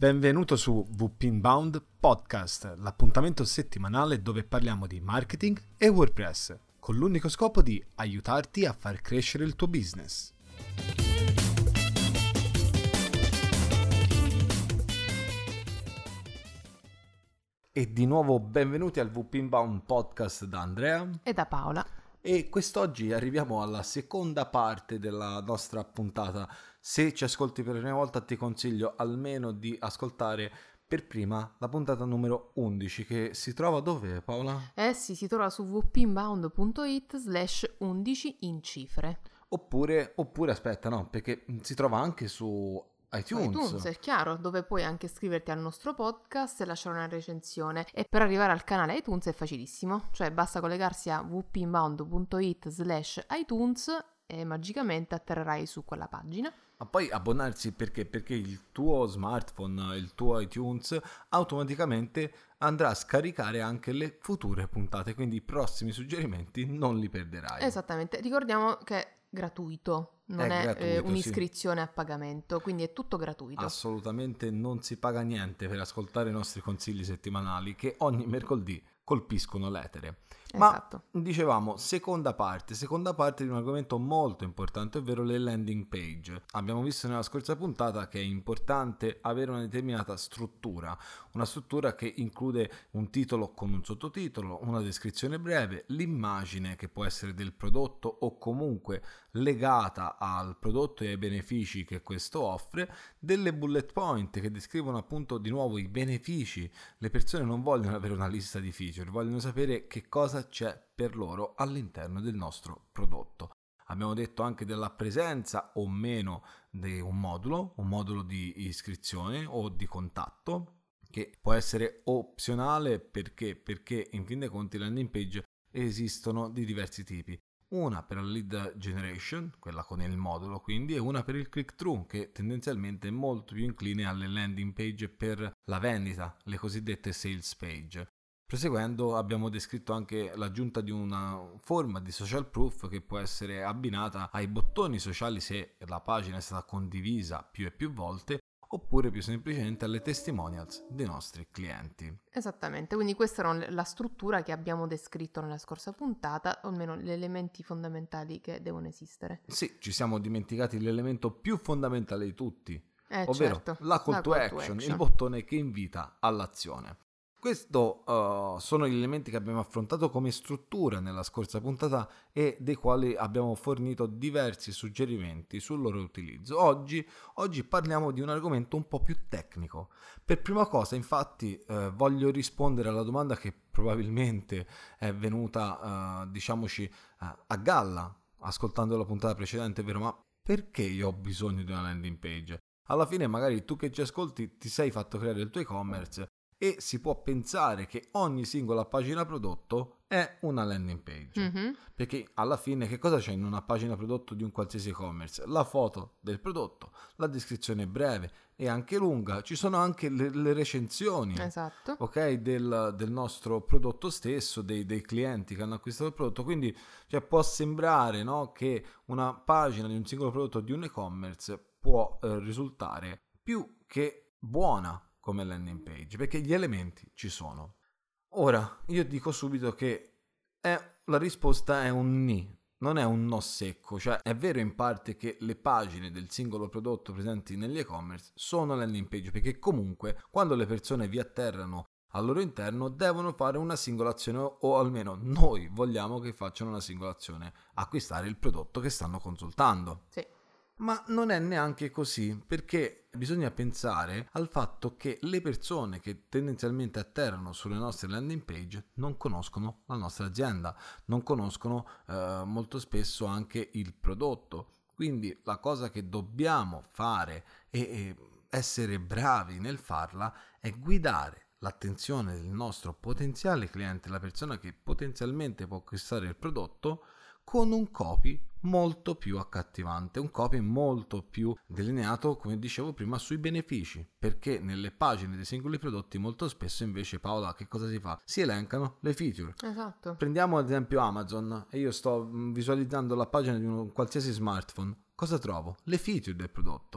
Benvenuto su WP Inbound Podcast, l'appuntamento settimanale dove parliamo di marketing e WordPress, con l'unico scopo di aiutarti a far crescere il tuo business. E di nuovo benvenuti al WP Inbound Podcast da Andrea e da Paola. E quest'oggi arriviamo alla seconda parte della nostra puntata. Se ci ascolti per la prima volta ti consiglio almeno di ascoltare per prima la puntata numero 11, che si trova dove, Paola? Si trova su wpinbound.it/11 in cifre. Oppure aspetta, no, perché si trova anche su iTunes, è chiaro, dove puoi anche iscriverti al nostro podcast e lasciare una recensione. E per arrivare al canale iTunes è facilissimo, cioè basta collegarsi a wpinbound.it/iTunes e magicamente atterrerai su quella pagina. Ma poi abbonarsi perché il tuo smartphone, il tuo iTunes automaticamente andrà a scaricare anche le future puntate, quindi i prossimi suggerimenti non li perderai. Esattamente, ricordiamo che è gratuito, non è gratuito, un'iscrizione a pagamento, quindi è tutto gratuito. Assolutamente non si paga niente per ascoltare i nostri consigli settimanali che ogni mercoledì colpiscono l'etere. Esatto. Ma dicevamo, seconda parte di un argomento molto importante, ovvero le landing page. Abbiamo visto nella scorsa puntata che è importante avere una determinata struttura, una struttura che include un titolo con un sottotitolo, una descrizione breve, l'immagine che può essere del prodotto o comunque legata al prodotto e ai benefici che questo offre, delle bullet point che descrivono appunto di nuovo i benefici. Le persone non vogliono avere una lista di feature, vogliono sapere che cosa c'è per loro all'interno del nostro prodotto. Abbiamo detto anche della presenza o meno di un modulo di iscrizione o di contatto, che può essere opzionale perché in fin dei conti le landing page esistono di diversi tipi. Una per la lead generation, quella con il modulo quindi, e una per il click-through, che tendenzialmente è molto più incline alle landing page per la vendita, le cosiddette sales page. Proseguendo abbiamo descritto anche l'aggiunta di una forma di social proof che può essere abbinata ai bottoni sociali se la pagina è stata condivisa più e più volte, oppure più semplicemente alle testimonials dei nostri clienti. Esattamente, quindi questa era la struttura che abbiamo descritto nella scorsa puntata, o almeno gli elementi fondamentali che devono esistere. Sì, ci siamo dimenticati l'elemento più fondamentale di tutti, ovvero certo, la call to action, il bottone che invita all'azione. Questo sono gli elementi che abbiamo affrontato come struttura nella scorsa puntata e dei quali abbiamo fornito diversi suggerimenti sul loro utilizzo. Oggi parliamo di un argomento un po' più tecnico. Per prima cosa, infatti, voglio rispondere alla domanda che probabilmente è venuta, a galla ascoltando la puntata precedente, ovvero ma perché io ho bisogno di una landing page? Alla fine magari tu che ci ascolti ti sei fatto creare il tuo e-commerce e si può pensare che ogni singola pagina prodotto è una landing page, perché alla fine che cosa c'è in una pagina prodotto di un qualsiasi e-commerce? La foto del prodotto, la descrizione breve e anche lunga, ci sono anche le recensioni, esatto, ok, del nostro prodotto stesso, dei clienti che hanno acquistato il prodotto, quindi può sembrare, no, che una pagina di un singolo prodotto di un e-commerce può risultare più che buona come landing page, perché gli elementi ci sono. Ora, io dico subito che la risposta è un ni, non è un no secco, cioè è vero in parte che le pagine del singolo prodotto presenti negli e-commerce sono landing page, perché comunque quando le persone vi atterrano al loro interno devono fare una singola azione, o almeno noi vogliamo che facciano una singola azione, acquistare il prodotto che stanno consultando. Sì. Ma non è neanche così, perché bisogna pensare al fatto che le persone che tendenzialmente atterrano sulle nostre landing page non conoscono la nostra azienda, non conoscono molto spesso anche il prodotto. Quindi la cosa che dobbiamo fare e essere bravi nel farla è guidare l'attenzione del nostro potenziale cliente, la persona che potenzialmente può acquistare il prodotto, con un copy molto più accattivante, un copy molto più delineato, come dicevo prima, sui benefici, perché nelle pagine dei singoli prodotti molto spesso invece, Paola, che cosa si fa? Si elencano le feature. Esatto. Prendiamo ad esempio Amazon e io sto visualizzando la pagina di un qualsiasi smartphone. Cosa trovo? Le feature del prodotto.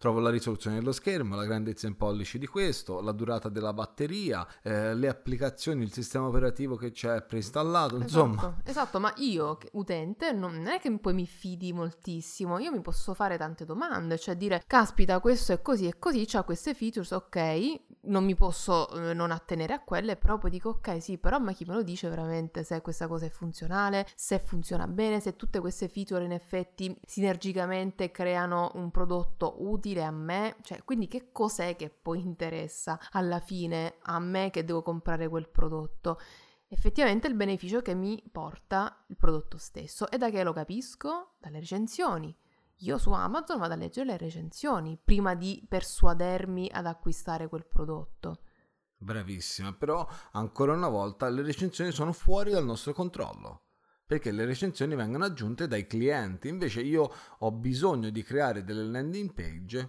trovo la risoluzione dello schermo, la grandezza in pollici di questo, la durata della batteria, le applicazioni, il sistema operativo che c'è preinstallato, insomma. Esatto, ma io utente non è che poi mi fidi moltissimo, io mi posso fare tante domande, cioè dire caspita questo è così e così, c'ha queste features, ok, non mi posso non attenere a quelle, però poi dico ok sì, però ma chi me lo dice veramente se questa cosa è funzionale, se funziona bene, se tutte queste feature in effetti sinergicamente creano un prodotto utile a me, cioè quindi che cos'è che poi interessa alla fine a me che devo comprare quel prodotto? Effettivamente il beneficio che mi porta il prodotto stesso. E da che lo capisco? Dalle recensioni. Io su Amazon vado a leggere le recensioni prima di persuadermi ad acquistare quel prodotto. Bravissima, però ancora una volta le recensioni sono fuori dal nostro controllo, perché le recensioni vengono aggiunte dai clienti, invece io ho bisogno di creare delle landing page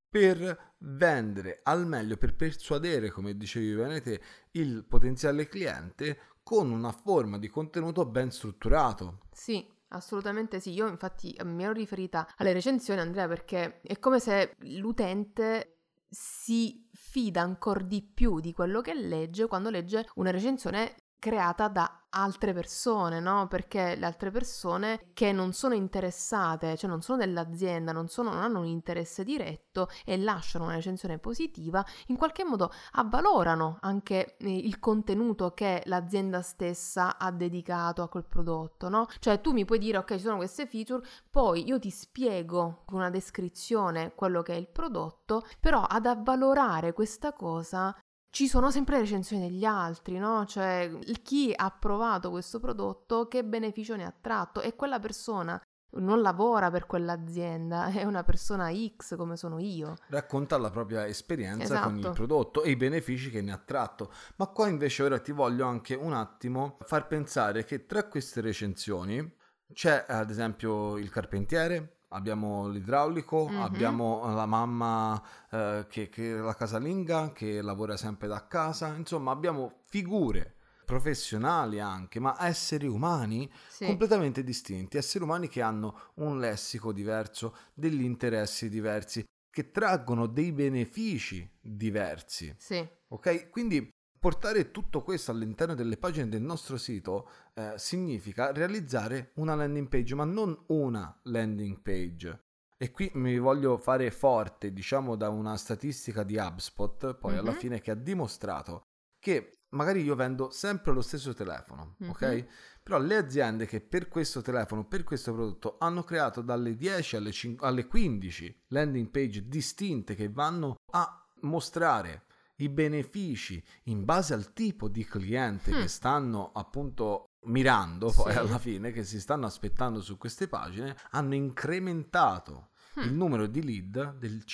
per vendere al meglio, per persuadere, come dicevi bene te, il potenziale cliente con una forma di contenuto ben strutturato. Sì, assolutamente sì. Io infatti mi ero riferita alle recensioni, Andrea, perché è come se l'utente si fida ancora di più di quello che legge quando legge una recensione creata da altre persone, no? Perché le altre persone che non sono interessate, cioè non sono dell'azienda, non hanno un interesse diretto e lasciano una recensione positiva, in qualche modo avvalorano anche il contenuto che l'azienda stessa ha dedicato a quel prodotto, no? Cioè tu mi puoi dire ok, ci sono queste feature, poi io ti spiego con una descrizione quello che è il prodotto, però ad avvalorare questa cosa ci sono sempre le recensioni degli altri, no? Cioè chi ha provato questo prodotto, che beneficio ne ha tratto, e quella persona non lavora per quell'azienda, è una persona X come sono io. Racconta la propria esperienza con il Esatto. prodotto e i benefici che ne ha tratto. Ma qua invece ora ti voglio anche un attimo far pensare che tra queste recensioni c'è ad esempio il carpentiere, abbiamo l'idraulico, abbiamo la mamma che la casalinga che lavora sempre da casa, insomma abbiamo figure professionali anche, ma esseri umani Sì. completamente distinti, esseri umani che hanno un lessico diverso, degli interessi diversi, che traggono dei benefici diversi. Sì. Ok? Quindi portare tutto questo all'interno delle pagine del nostro sito significa realizzare una landing page, ma non una landing page. E qui mi voglio fare forte, diciamo, da una statistica di HubSpot, poi alla fine, che ha dimostrato che magari io vendo sempre lo stesso telefono, ok? Però le aziende che per questo telefono, per questo prodotto, hanno creato dalle 10 alle 15 landing page distinte che vanno a mostrare i benefici in base al tipo di cliente che stanno appunto mirando poi alla fine, che si stanno aspettando su queste pagine, hanno incrementato il numero di lead del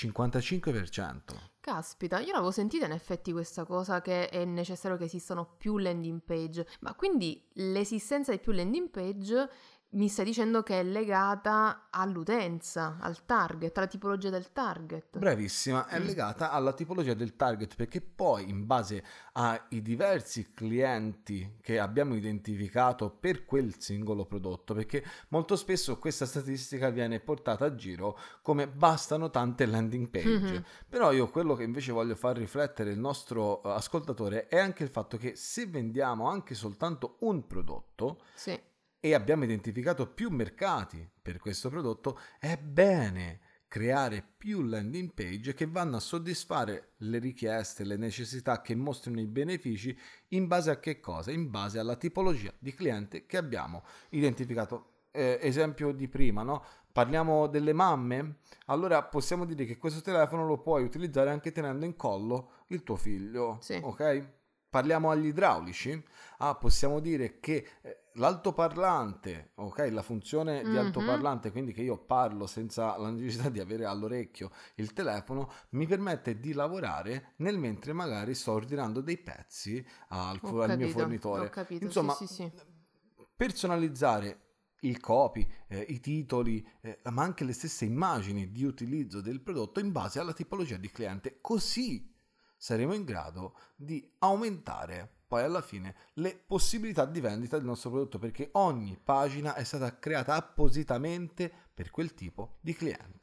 55%. Caspita, io l'avevo sentita in effetti questa cosa che è necessario che esistano più landing page, ma quindi l'esistenza di più landing page mi stai dicendo che è legata all'utenza, al target, alla tipologia del target. Bravissima, è legata alla tipologia del target, perché poi in base ai diversi clienti che abbiamo identificato per quel singolo prodotto, perché molto spesso questa statistica viene portata a giro come bastano tante landing page, però io quello che invece voglio far riflettere il nostro ascoltatore è anche il fatto che se vendiamo anche soltanto un prodotto, sì, e abbiamo identificato più mercati per questo prodotto, è bene creare più landing page che vanno a soddisfare le richieste, le necessità, che mostrino i benefici in base a che cosa? In base alla tipologia di cliente che abbiamo identificato. Esempio di prima, no? Parliamo delle mamme? Allora possiamo dire che questo telefono lo puoi utilizzare anche tenendo in collo il tuo figlio, sì. ok? Parliamo agli idraulici? Possiamo dire che l'altoparlante, ok, la funzione di altoparlante, quindi che io parlo senza la necessità di avere all'orecchio il telefono, mi permette di lavorare nel mentre magari sto ordinando dei pezzi al mio fornitore. Ho capito, Insomma, sì. personalizzare il copy, i titoli, ma anche le stesse immagini di utilizzo del prodotto in base alla tipologia di cliente, così saremo in grado di aumentare poi alla fine le possibilità di vendita del nostro prodotto, perché ogni pagina è stata creata appositamente per quel tipo di cliente.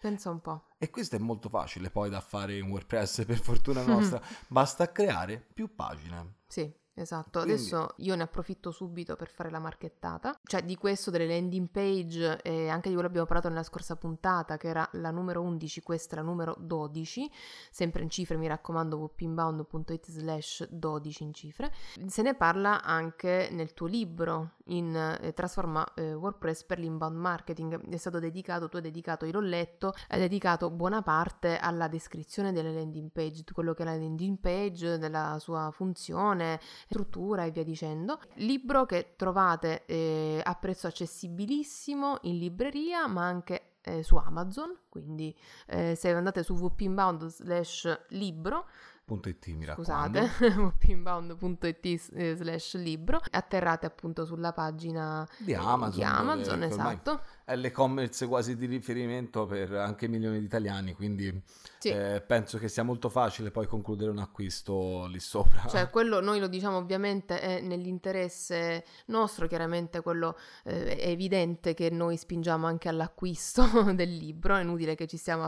Pensa un po'. E questo è molto facile poi da fare in WordPress, per fortuna nostra, basta creare più pagine. Sì, esatto. Quindi- Adesso io ne approfitto subito per fare la marchettata, cioè di questo, delle landing page, e anche di quello abbiamo parlato nella scorsa puntata, che era la numero 11, questa è la numero 12, sempre in cifre, mi raccomando, wpinbound.it/12 in cifre. Se ne parla anche nel tuo libro, in Trasforma WordPress per l'inbound marketing, è stato dedicato, tu hai dedicato, io l'ho letto, hai dedicato buona parte alla descrizione delle landing page, di quello che è la landing page, della sua funzione, struttura e via dicendo. Libro che trovate a prezzo accessibilissimo in libreria, ma anche su Amazon, quindi se andate su wpinbound/libro, .it, mi scusate, raccomando, wpinbound.it/libro, atterrate appunto sulla pagina di Amazon, dove ormai esatto. è l'e-commerce quasi di riferimento per anche milioni di italiani, quindi Sì. penso che sia molto facile poi concludere un acquisto lì sopra. Cioè, quello noi lo diciamo ovviamente è nell'interesse nostro, chiaramente quello è evidente che noi spingiamo anche all'acquisto del libro, è inutile che ci stiamo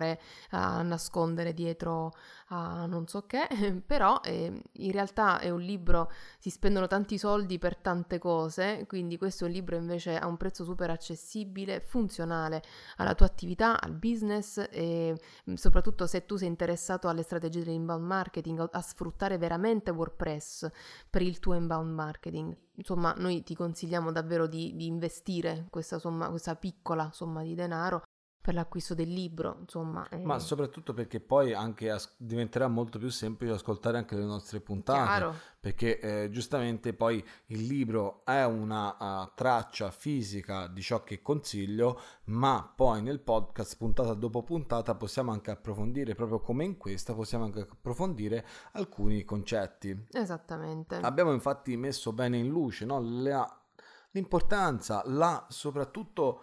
a nascondere dietro a non so che, però in realtà è un libro, si spendono tanti soldi per tante cose, quindi questo è un libro invece a un prezzo super accessibile, funzionale alla tua attività, al business e soprattutto se tu sei interessato alle strategie dell'inbound marketing, a sfruttare veramente WordPress per il tuo inbound marketing. Insomma, noi ti consigliamo davvero di investire questa piccola somma di denaro per l'acquisto del libro, insomma. Ma soprattutto perché poi anche diventerà molto più semplice ascoltare anche le nostre puntate, Chiaro. perché giustamente poi il libro è una traccia fisica di ciò che consiglio, ma poi nel podcast puntata dopo puntata possiamo anche approfondire, proprio come in questa, possiamo anche approfondire alcuni concetti. Esattamente. Abbiamo infatti messo bene in luce, no, l'importanza, soprattutto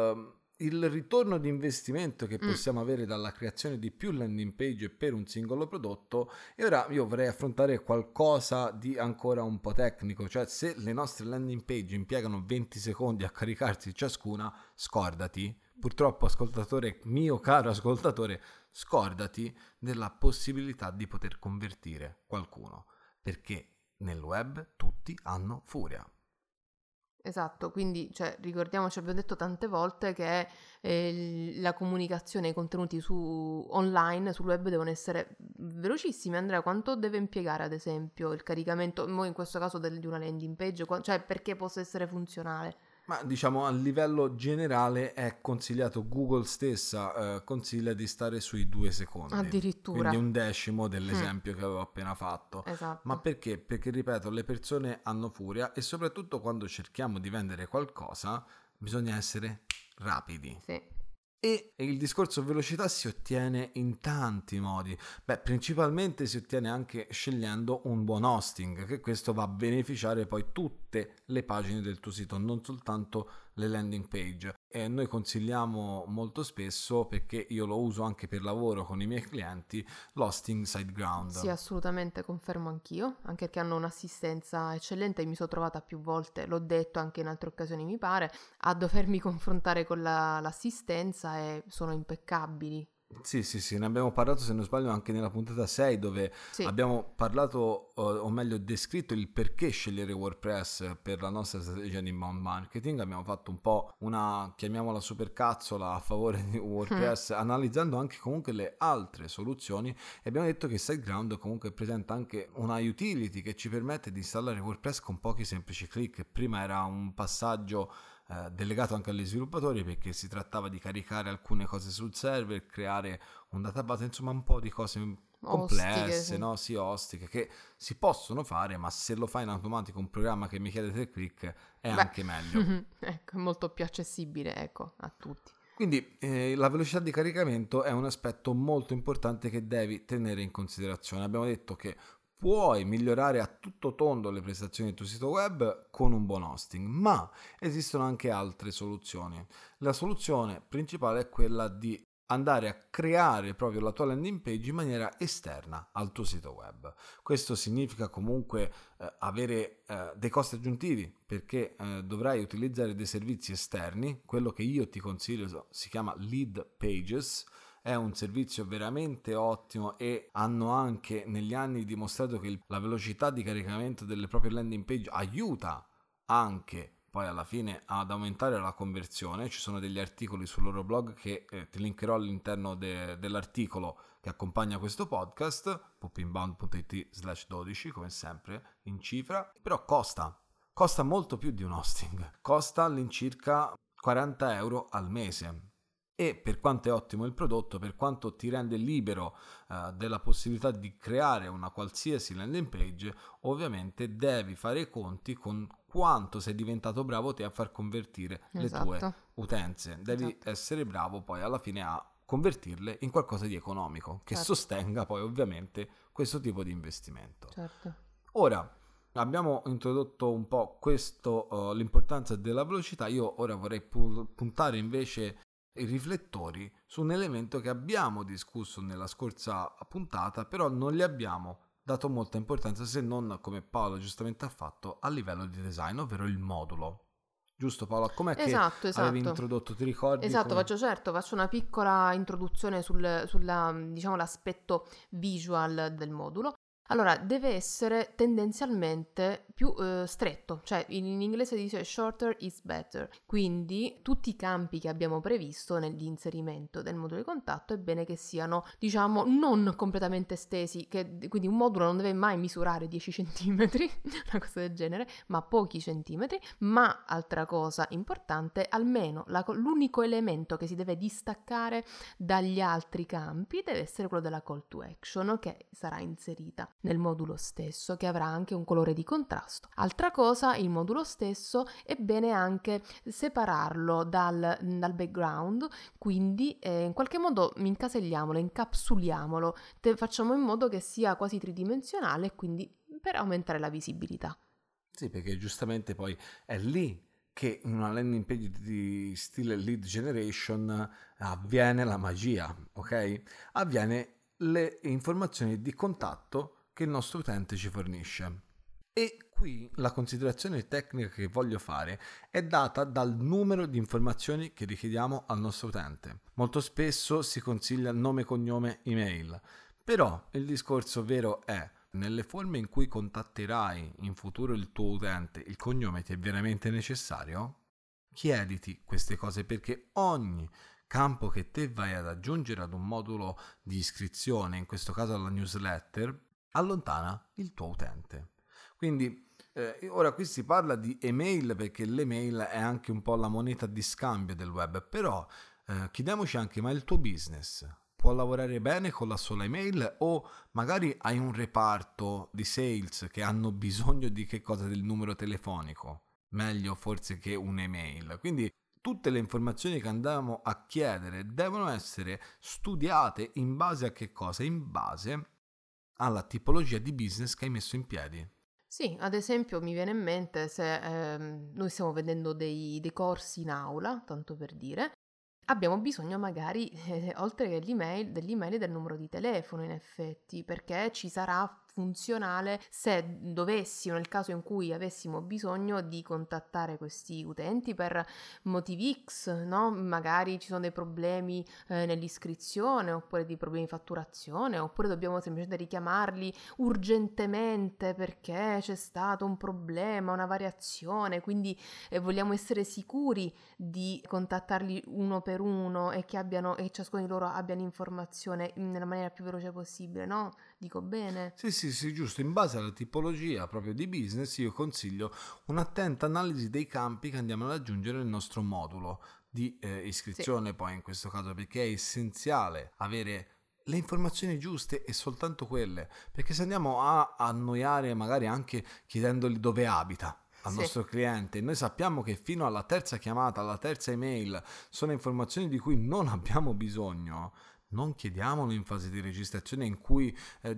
il ritorno di investimento che possiamo avere dalla creazione di più landing page per un singolo prodotto. E ora io vorrei affrontare qualcosa di ancora un po' tecnico, cioè se le nostre landing page impiegano 20 secondi a caricarsi ciascuna, scordati, purtroppo mio caro ascoltatore, scordati della possibilità di poter convertire qualcuno, perché nel web tutti hanno furia. Esatto, quindi ricordiamoci, abbiamo detto tante volte che la comunicazione e i contenuti online, sul web, devono essere velocissimi. Andrea, quanto deve impiegare ad esempio il caricamento, in questo caso di una landing page, cioè perché possa essere funzionale? Ma diciamo a livello generale è consigliato, Google stessa consiglia di stare sui 2 secondi. Addirittura. Quindi 1/10 dell'esempio che avevo appena fatto. Esatto. Ma perché? Perché ripeto, le persone hanno furia e soprattutto quando cerchiamo di vendere qualcosa bisogna essere rapidi. Sì. E il discorso velocità si ottiene in tanti modi. Principalmente si ottiene anche scegliendo un buon hosting, che questo va a beneficiare poi tutte le pagine del tuo sito, non soltanto le landing page. E noi consigliamo molto spesso, perché io lo uso anche per lavoro con i miei clienti, l'hosting SiteGround. Sì, assolutamente, confermo anch'io, anche perché hanno un'assistenza eccellente e mi sono trovata più volte, l'ho detto anche in altre occasioni mi pare, a dovermi confrontare con l'assistenza e sono impeccabili. Sì, ne abbiamo parlato, se non sbaglio, anche nella puntata 6, dove abbiamo parlato, o meglio descritto il perché scegliere WordPress per la nostra strategia di inbound marketing. Abbiamo fatto un po' una, chiamiamola supercazzola, a favore di WordPress, analizzando anche comunque le altre soluzioni, e abbiamo detto che SiteGround comunque presenta anche una utility che ci permette di installare WordPress con pochi semplici click. Prima era un passaggio delegato anche agli sviluppatori, perché si trattava di caricare alcune cose sul server, creare un database, insomma un po' di cose complesse, ostiche, che si possono fare, ma se lo fai in automatico un programma che mi chiede 3 click è anche meglio. Ecco, è molto più accessibile, ecco, a tutti. Quindi la velocità di caricamento è un aspetto molto importante che devi tenere in considerazione. Abbiamo detto che puoi migliorare a tutto tondo le prestazioni del tuo sito web con un buon hosting, ma esistono anche altre soluzioni. La soluzione principale è quella di andare a creare proprio la tua landing page in maniera esterna al tuo sito web. Questo significa comunque avere dei costi aggiuntivi, perché dovrai utilizzare dei servizi esterni. Quello che io ti consiglio si chiama Lead Pages, è un servizio veramente ottimo e hanno anche negli anni dimostrato che la velocità di caricamento delle proprie landing page aiuta anche poi alla fine ad aumentare la conversione. Ci sono degli articoli sul loro blog che ti linkerò all'interno dell'articolo che accompagna questo podcast, poppinbound.it/12, come sempre in cifra, però costa molto più di un hosting, costa all'incirca 40 euro al mese. E per quanto è ottimo il prodotto, per quanto ti rende libero della possibilità di creare una qualsiasi landing page, ovviamente devi fare i conti con quanto sei diventato bravo te a far convertire le tue utenze. Devi essere bravo poi alla fine a convertirle in qualcosa di economico che sostenga poi ovviamente questo tipo di investimento. Ora abbiamo introdotto un po' l'importanza della velocità. Io ora vorrei puntare invece i riflettori su un elemento che abbiamo discusso nella scorsa puntata, però non gli abbiamo dato molta importanza, se non, come Paolo giustamente ha fatto, a livello di design, ovvero il modulo. Giusto Paolo? Com'è che avevi introdotto, ti ricordi? Esatto, faccio una piccola introduzione sulla diciamo, l'aspetto visual del modulo. Allora, deve essere tendenzialmente più stretto, cioè in inglese dice shorter is better, quindi tutti i campi che abbiamo previsto nell'inserimento del modulo di contatto è bene che siano, diciamo, non completamente estesi, quindi un modulo non deve mai misurare 10 centimetri, una cosa del genere, ma pochi centimetri, ma altra cosa importante, almeno l'unico elemento che si deve distaccare dagli altri campi deve essere quello della call to action, che sarà inserita nel modulo stesso, che avrà anche un colore di contrasto. Altra cosa, il modulo stesso è bene anche separarlo dal background, quindi in qualche modo incaselliamolo, incapsuliamolo, facciamo in modo che sia quasi tridimensionale, quindi per aumentare la visibilità. Sì, perché giustamente poi è lì che in una landing page di stile lead generation avviene la magia, ok? Avviene le informazioni di contatto che il nostro utente ci fornisce. E qui la considerazione tecnica che voglio fare è data dal numero di informazioni che richiediamo al nostro utente. Molto spesso si consiglia nome, cognome, email, però il discorso vero è: nelle forme in cui contatterai in futuro il tuo utente, il cognome ti è veramente necessario? Chiediti queste cose, perché ogni campo che te vai ad aggiungere ad un modulo di iscrizione, in questo caso alla newsletter, allontana il tuo utente. Quindi ora qui si parla di email perché l'email è anche un po' la moneta di scambio del web, però chiediamoci anche: ma il tuo business può lavorare bene con la sola email, o magari hai un reparto di sales che hanno bisogno di che cosa? Del numero telefonico? Meglio forse che un'email. Quindi tutte le informazioni che andiamo a chiedere devono essere studiate in base a che cosa? In base alla tipologia di business che hai messo in piedi. Sì, ad esempio mi viene in mente se noi stiamo vendendo dei corsi in aula, tanto per dire, abbiamo bisogno magari, oltre che dell'email e del numero di telefono, in effetti, perché ci sarà funzionale se dovessimo, nel caso in cui avessimo bisogno di contattare questi utenti per motivi X, no? Magari ci sono dei problemi nell'iscrizione, oppure dei problemi di fatturazione, oppure dobbiamo semplicemente richiamarli urgentemente perché c'è stato un problema, una variazione, quindi vogliamo essere sicuri di contattarli uno per uno e che ciascuno di loro abbia l'informazione nella maniera più veloce possibile, no? Dico bene? Sì, giusto. In base alla tipologia proprio di business io consiglio un'attenta analisi dei campi che andiamo ad aggiungere nel nostro modulo di iscrizione, sì. Poi in questo caso, perché è essenziale avere le informazioni giuste e soltanto quelle, perché se andiamo a annoiare magari anche chiedendogli dove abita al nostro cliente, noi sappiamo che fino alla terza chiamata, alla terza email sono informazioni di cui non abbiamo bisogno, non chiediamolo in fase di registrazione in cui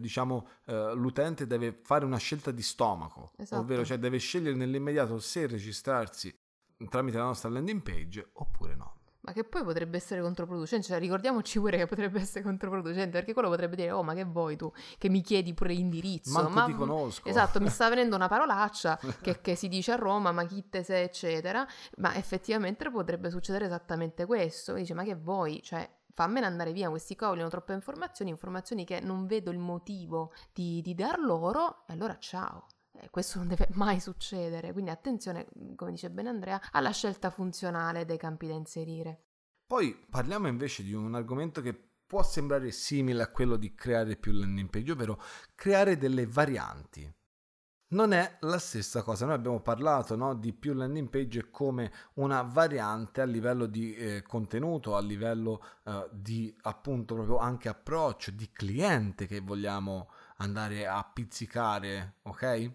l'utente deve fare una scelta di stomaco, esatto. Ovvero deve scegliere nell'immediato se registrarsi tramite la nostra landing page oppure no. Ma che poi potrebbe essere controproducente, cioè ricordiamoci pure che potrebbe essere controproducente, perché quello potrebbe dire, oh ma che vuoi tu, che mi chiedi pure l'indirizzo? Manco ti conosco. Esatto, mi sta venendo una parolaccia che si dice a Roma, ma chi te sei, eccetera, ma effettivamente potrebbe succedere esattamente questo, dice, ma che vuoi, cioè fammene andare via, questi cavoli hanno troppe informazioni che non vedo il motivo di dar loro, e allora ciao. Questo non deve mai succedere, quindi attenzione, come dice bene Andrea, alla scelta funzionale dei campi da inserire. Poi parliamo invece di un argomento che può sembrare simile a quello di creare più landing page, ovvero creare delle varianti. Non è la stessa cosa, noi abbiamo parlato, no, di più landing page come una variante a livello di contenuto, a livello di appunto proprio anche approccio, di cliente che vogliamo andare a pizzicare, ok?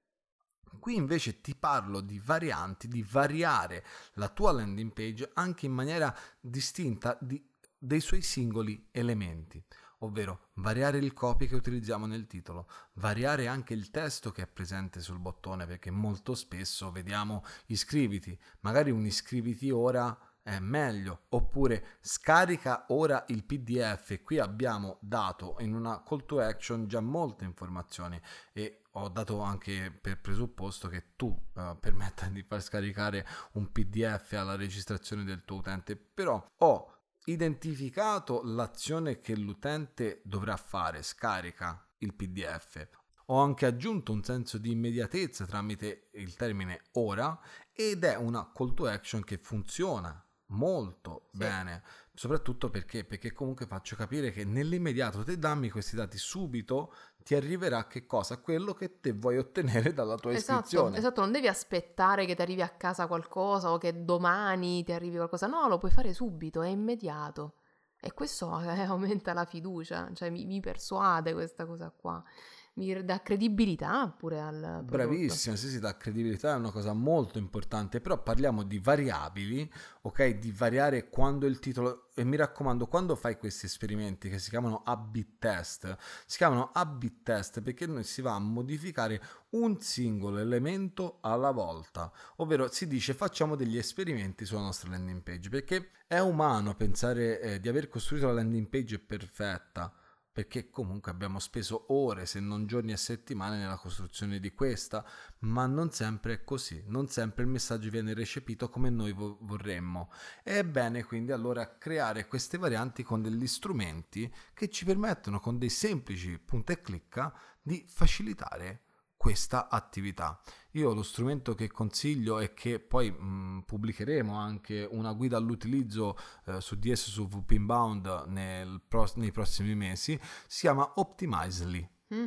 Qui invece ti parlo di varianti, di variare la tua landing page anche in maniera distinta dei suoi singoli elementi, ovvero variare il copy che utilizziamo nel titolo, variare anche il testo che è presente sul bottone, perché molto spesso vediamo iscriviti, magari un iscriviti ora è meglio, oppure scarica ora il PDF. Qui abbiamo dato in una call to action già molte informazioni e ho dato anche per presupposto che tu permetta di far scaricare un PDF alla registrazione del tuo utente, però ho identificato l'azione che l'utente dovrà fare, scarica il PDF. Ho anche aggiunto un senso di immediatezza tramite il termine ora ed è una call to action che funziona molto bene, soprattutto perché comunque faccio capire che nell'immediato te dammi questi dati subito, ti arriverà che cosa? Quello che te vuoi ottenere dalla tua iscrizione. Esatto, non devi aspettare che ti arrivi a casa qualcosa o che domani ti arrivi qualcosa, no, lo puoi fare subito, è immediato. E questo aumenta la fiducia, cioè mi persuade questa cosa qua. Mi dà credibilità pure al prodotto. Bravissima, sì, dà credibilità, è una cosa molto importante, però parliamo di variabili, ok? Di variare quando il titolo, e mi raccomando, quando fai questi esperimenti che si chiamano A/B test, si chiamano A/B test perché noi si va a modificare un singolo elemento alla volta, ovvero si dice facciamo degli esperimenti sulla nostra landing page, perché è umano pensare di aver costruito la landing page perfetta, perché comunque abbiamo speso ore, se non giorni e settimane, nella costruzione di questa, ma non sempre è così, non sempre il messaggio viene recepito come noi vorremmo. È bene quindi allora creare queste varianti con degli strumenti che ci permettono, con dei semplici punta e clicca, di facilitare questa attività. Io lo strumento che consiglio e che poi pubblicheremo anche una guida all'utilizzo su di esso su WP Inbound nei prossimi mesi, si chiama Optimizely.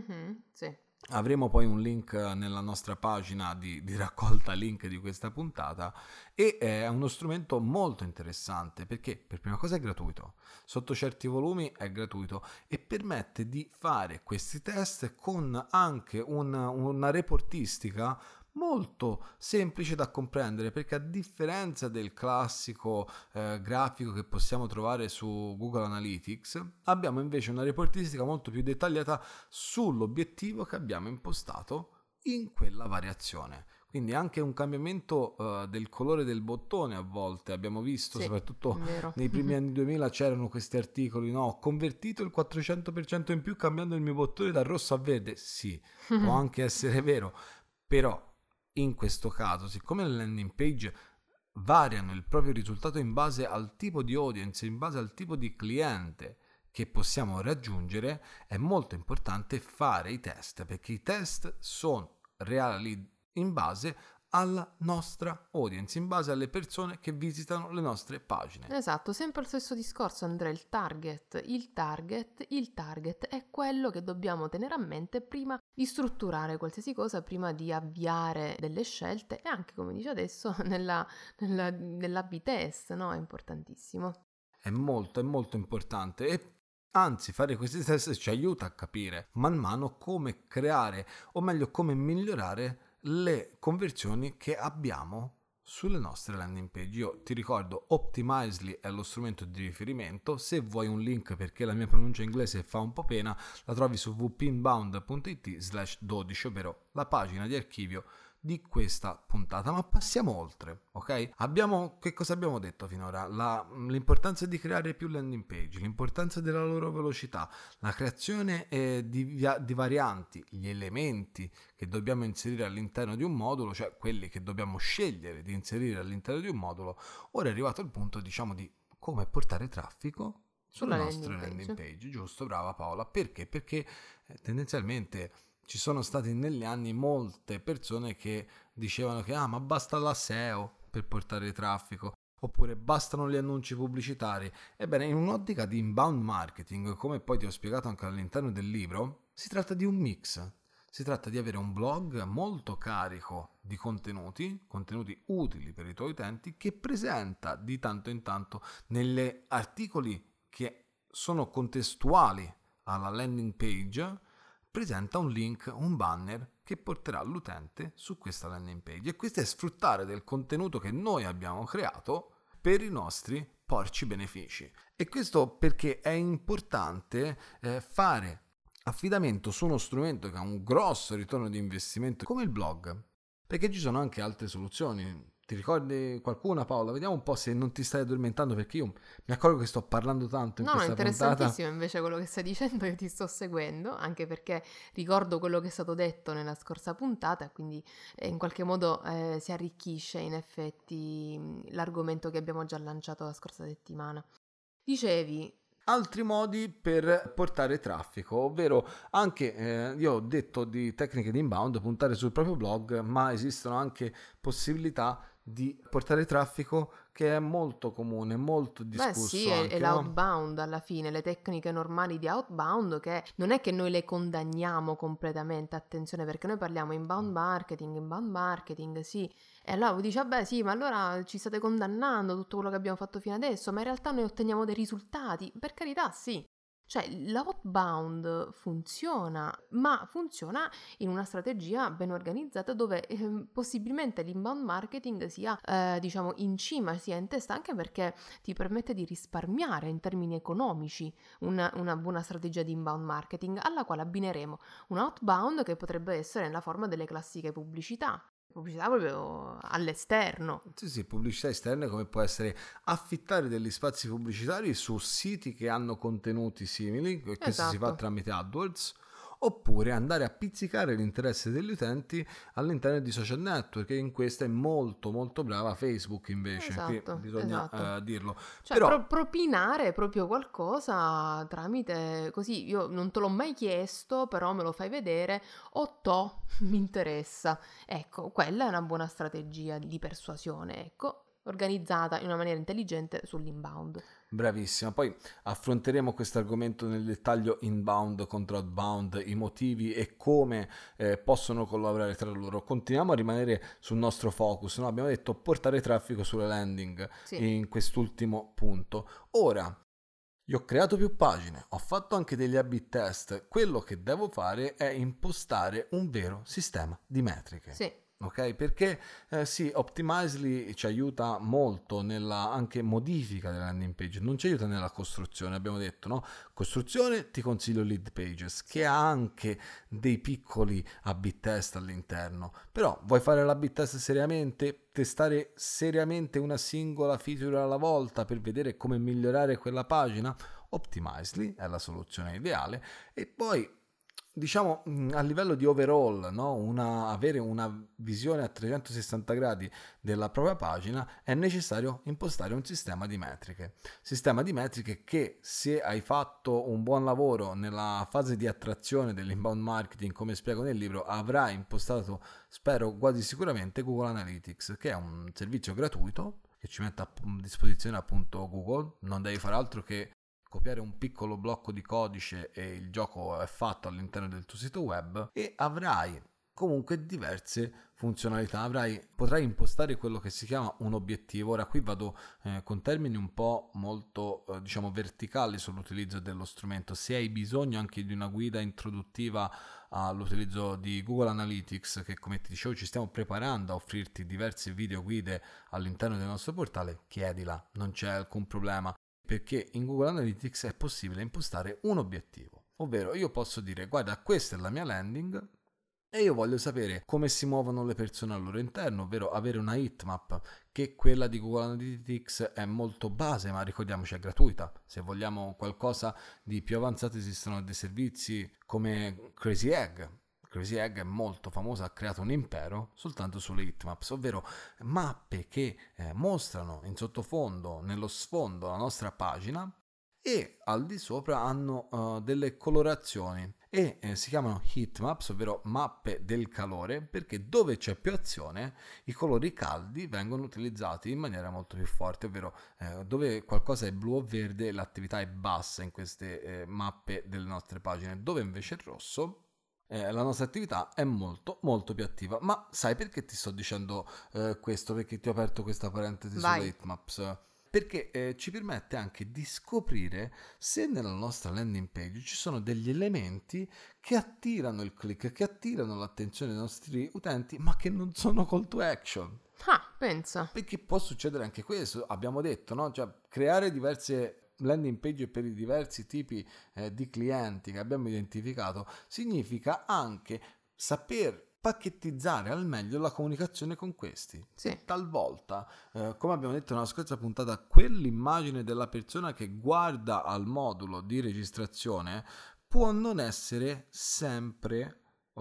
Sì. Avremo poi un link nella nostra pagina di raccolta link di questa puntata e è uno strumento molto interessante perché per prima cosa è gratuito, sotto certi volumi è gratuito e permette di fare questi test con anche una reportistica molto semplice da comprendere, perché a differenza del classico grafico che possiamo trovare su Google Analytics, abbiamo invece una reportistica molto più dettagliata sull'obiettivo che abbiamo impostato in quella variazione. Quindi anche un cambiamento del colore del bottone a volte abbiamo visto, soprattutto nei primi anni 2000 c'erano questi articoli, no, ho convertito il 400% in più cambiando il mio bottone da rosso a verde. Sì, può anche essere vero, però in questo caso, siccome le landing page variano il proprio risultato in base al tipo di audience, in base al tipo di cliente che possiamo raggiungere, è molto importante fare i test, perché i test sono reali in base alla nostra audience, in base alle persone che visitano le nostre pagine. Esatto, sempre lo stesso discorso, Andrea, il target è quello che dobbiamo tenere a mente prima di strutturare qualsiasi cosa, prima di avviare delle scelte e anche, come dice adesso, nell'A/B test, no? È importantissimo. È molto importante e anzi fare questi test ci aiuta a capire man mano come creare, o meglio come migliorare le conversioni che abbiamo sulle nostre landing page. Io ti ricordo, Optimizely è lo strumento di riferimento. Se vuoi un link, perché la mia pronuncia inglese fa un po' pena, la trovi su wpinbound.it/12, ovvero la pagina di archivio di questa puntata, ma passiamo oltre, ok? Che cosa abbiamo detto finora? L'importanza di creare più landing page, l'importanza della loro velocità, la creazione di varianti, gli elementi che dobbiamo inserire all'interno di un modulo, cioè quelli che dobbiamo scegliere di inserire all'interno di un modulo. Ora è arrivato il punto, diciamo, di come portare traffico sulle nostre landing page. Giusto, brava Paola. Perché? Perché tendenzialmente ci sono stati negli anni molte persone che dicevano che ma basta la SEO per portare traffico, oppure bastano gli annunci pubblicitari. Ebbene, in un'ottica di inbound marketing, come poi ti ho spiegato anche all'interno del libro, si tratta di un mix. Si tratta di avere un blog molto carico di contenuti utili per i tuoi utenti, che presenta di tanto in tanto negli articoli che sono contestuali alla landing page, presenta un link, un banner che porterà l'utente su questa landing page, e questo è sfruttare del contenuto che noi abbiamo creato per i nostri porci benefici. E questo perché è importante fare affidamento su uno strumento che ha un grosso ritorno di investimento come il blog, perché ci sono anche altre soluzioni. Ti ricordi qualcuna, Paola? Vediamo un po' se non ti stai addormentando, perché io mi accorgo che sto parlando tanto in questa puntata. No, è interessantissimo invece quello che stai dicendo, io ti sto seguendo, anche perché ricordo quello che è stato detto nella scorsa puntata, quindi in qualche modo si arricchisce in effetti l'argomento che abbiamo già lanciato la scorsa settimana. Dicevi... Altri modi per portare traffico, ovvero anche, io ho detto di tecniche di inbound, puntare sul proprio blog, ma esistono anche possibilità di portare traffico che è molto comune, molto discusso. Beh sì, anche, è l'outbound alla fine, le tecniche normali di outbound, che non è che noi le condanniamo completamente, attenzione, perché noi parliamo inbound marketing, sì, e allora voi dice, vabbè sì, ma allora ci state condannando tutto quello che abbiamo fatto fino adesso, ma in realtà noi otteniamo dei risultati, per carità sì. Cioè l'outbound funziona, ma funziona in una strategia ben organizzata dove possibilmente l'inbound marketing sia diciamo in cima, sia in testa, anche perché ti permette di risparmiare in termini economici una buona strategia di inbound marketing, alla quale abbineremo un outbound che potrebbe essere nella forma delle classiche pubblicità proprio all'esterno. Sì, pubblicità esterne, come può essere affittare degli spazi pubblicitari su siti che hanno contenuti simili, e questo si fa tramite AdWords, oppure andare a pizzicare l'interesse degli utenti all'interno di social network, e in questo è molto molto brava Facebook invece, qui bisogna dirlo. Cioè però propinare proprio qualcosa tramite, così, io non te l'ho mai chiesto, però me lo fai vedere, mi interessa. Ecco, quella è una buona strategia di persuasione, ecco, organizzata in una maniera intelligente sull'inbound. Bravissima, poi affronteremo questo argomento nel dettaglio, inbound contro outbound, i motivi e come possono collaborare tra loro. Continuiamo a rimanere sul nostro focus, no? Abbiamo detto portare traffico sulle landing, sì, in quest'ultimo punto. Ora, io ho creato più pagine, ho fatto anche degli A/B test, quello che devo fare è impostare un vero sistema di metriche. Sì. Ok, perché sì, Optimizely ci aiuta molto nella anche modifica della landing page, non ci aiuta nella costruzione, abbiamo detto, no? Costruzione, ti consiglio Lead Pages, che ha anche dei piccoli A/B test all'interno, però vuoi fare l'A/B test seriamente, testare seriamente una singola feature alla volta per vedere come migliorare quella pagina? Optimizely è la soluzione ideale. E poi, diciamo, a livello di overall, no? Avere una visione a 360 gradi della propria pagina, è necessario impostare un sistema di metriche. Sistema di metriche che, se hai fatto un buon lavoro nella fase di attrazione dell'inbound marketing, come spiego nel libro, avrai impostato, spero quasi sicuramente, Google Analytics, che è un servizio gratuito che ci mette a disposizione appunto Google. Non devi fare altro che copiare un piccolo blocco di codice e il gioco è fatto all'interno del tuo sito web, e avrai comunque diverse funzionalità. Potrai impostare quello che si chiama un obiettivo. Ora qui vado con termini un po' molto diciamo verticali sull'utilizzo dello strumento. Se hai bisogno anche di una guida introduttiva all'utilizzo di Google Analytics, che come ti dicevo ci stiamo preparando a offrirti diverse video guide all'interno del nostro portale, chiedila, non c'è alcun problema, perché in Google Analytics è possibile impostare un obiettivo, ovvero io posso dire: guarda, questa è la mia landing, E io voglio sapere come si muovono le persone al loro interno, ovvero avere una heatmap, che quella di Google Analytics è molto base, ma ricordiamoci è gratuita. Se vogliamo qualcosa di più avanzato esistono dei servizi come Crazy Egg. Crazy Egg è molto famosa, ha creato un impero soltanto sulle heatmaps, ovvero mappe che mostrano in sottofondo, nello sfondo, la nostra pagina, e al di sopra hanno delle colorazioni e si chiamano heatmaps, ovvero mappe del calore, perché dove c'è più azione i colori caldi vengono utilizzati in maniera molto più forte, ovvero dove qualcosa è blu o verde l'attività è bassa in queste mappe delle nostre pagine, dove invece il rosso la nostra attività è molto molto più attiva. Ma sai perché ti sto dicendo questo? Perché ti ho aperto questa parentesi Vai. sulle heatmaps? Perché ci permette anche di scoprire se nella nostra landing page ci sono degli elementi che attirano il click, che attirano l'attenzione dei nostri utenti, ma che non sono call to action. Ah, pensa. Perché può succedere anche questo, abbiamo detto, no? Cioè, creare diverse landing page per i diversi tipi di clienti che abbiamo identificato significa anche saper pacchettizzare al meglio la comunicazione con questi. Sì. E talvolta, come abbiamo detto nella scorsa puntata, quell'immagine della persona che guarda al modulo di registrazione può non essere sempre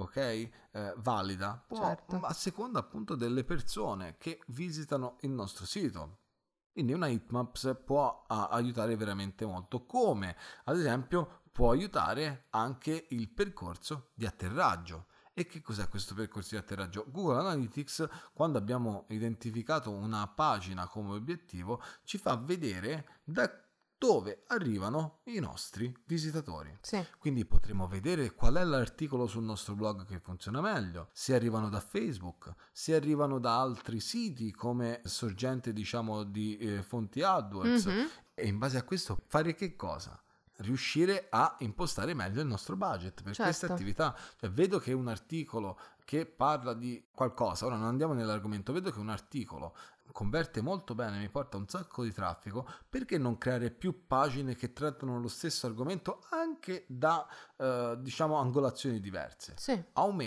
valida, Certo. a seconda appunto delle persone che visitano il nostro sito. Quindi una heatmaps può aiutare veramente molto, come ad esempio può aiutare anche il percorso di atterraggio. E che cos'è questo percorso di atterraggio? Google Analytics, quando abbiamo identificato una pagina come obiettivo, ci fa vedere da dove arrivano i nostri visitatori. Sì. Quindi potremo vedere qual è l'articolo sul nostro blog che funziona meglio, se arrivano da Facebook, se arrivano da altri siti come sorgente diciamo di fonti AdWords, e in base a questo fare che cosa? Riuscire a impostare meglio il nostro budget per queste attività. Cioè, vedo che un articolo che parla di qualcosa, ora non andiamo nell'argomento, vedo che un articolo converte molto bene, mi porta un sacco di traffico, perché non creare più pagine che trattano lo stesso argomento anche da diciamo angolazioni diverse? Sì,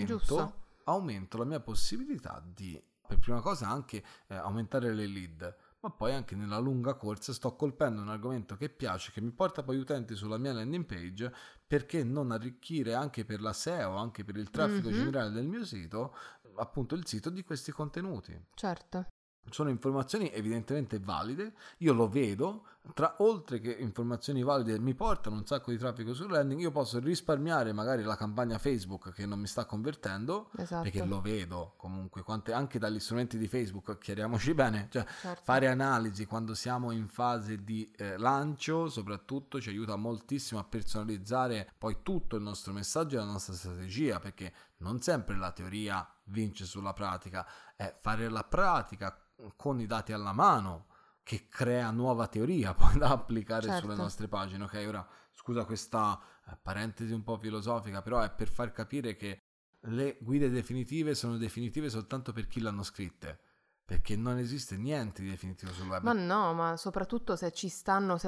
aumento la mia possibilità di, per prima cosa, anche aumentare le lead, ma poi anche nella lunga corsa sto colpendo un argomento che piace, che mi porta poi utenti sulla mia landing page, perché non arricchire anche per la SEO, anche per il traffico generale del mio sito, appunto il sito di questi contenuti. Certo. Sono informazioni evidentemente valide, io lo vedo, oltre che informazioni valide mi portano un sacco di traffico sul landing, io posso risparmiare magari la campagna Facebook che non mi sta convertendo, perché lo vedo comunque, anche dagli strumenti di Facebook, chiariamoci bene, cioè fare analisi quando siamo in fase di lancio soprattutto ci aiuta moltissimo a personalizzare poi tutto il nostro messaggio e la nostra strategia, perché non sempre la teoria vince sulla pratica, è fare la pratica con i dati alla mano che crea nuova teoria poi da applicare sulle nostre pagine. Ok, ora scusa questa parentesi un po' filosofica, però è per far capire che le guide definitive sono definitive soltanto per chi l'hanno scritte, perché non esiste niente di definitivo sul web. Ma no, ma soprattutto se ci stanno,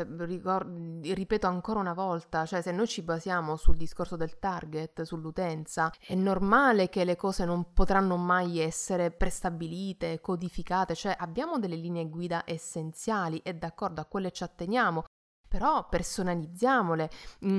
ripeto ancora una volta, cioè se noi ci basiamo sul discorso del target, sull'utenza, è normale che le cose non potranno mai essere prestabilite, codificate, cioè abbiamo delle linee guida essenziali e d'accordo, a quelle ci atteniamo, però personalizziamole,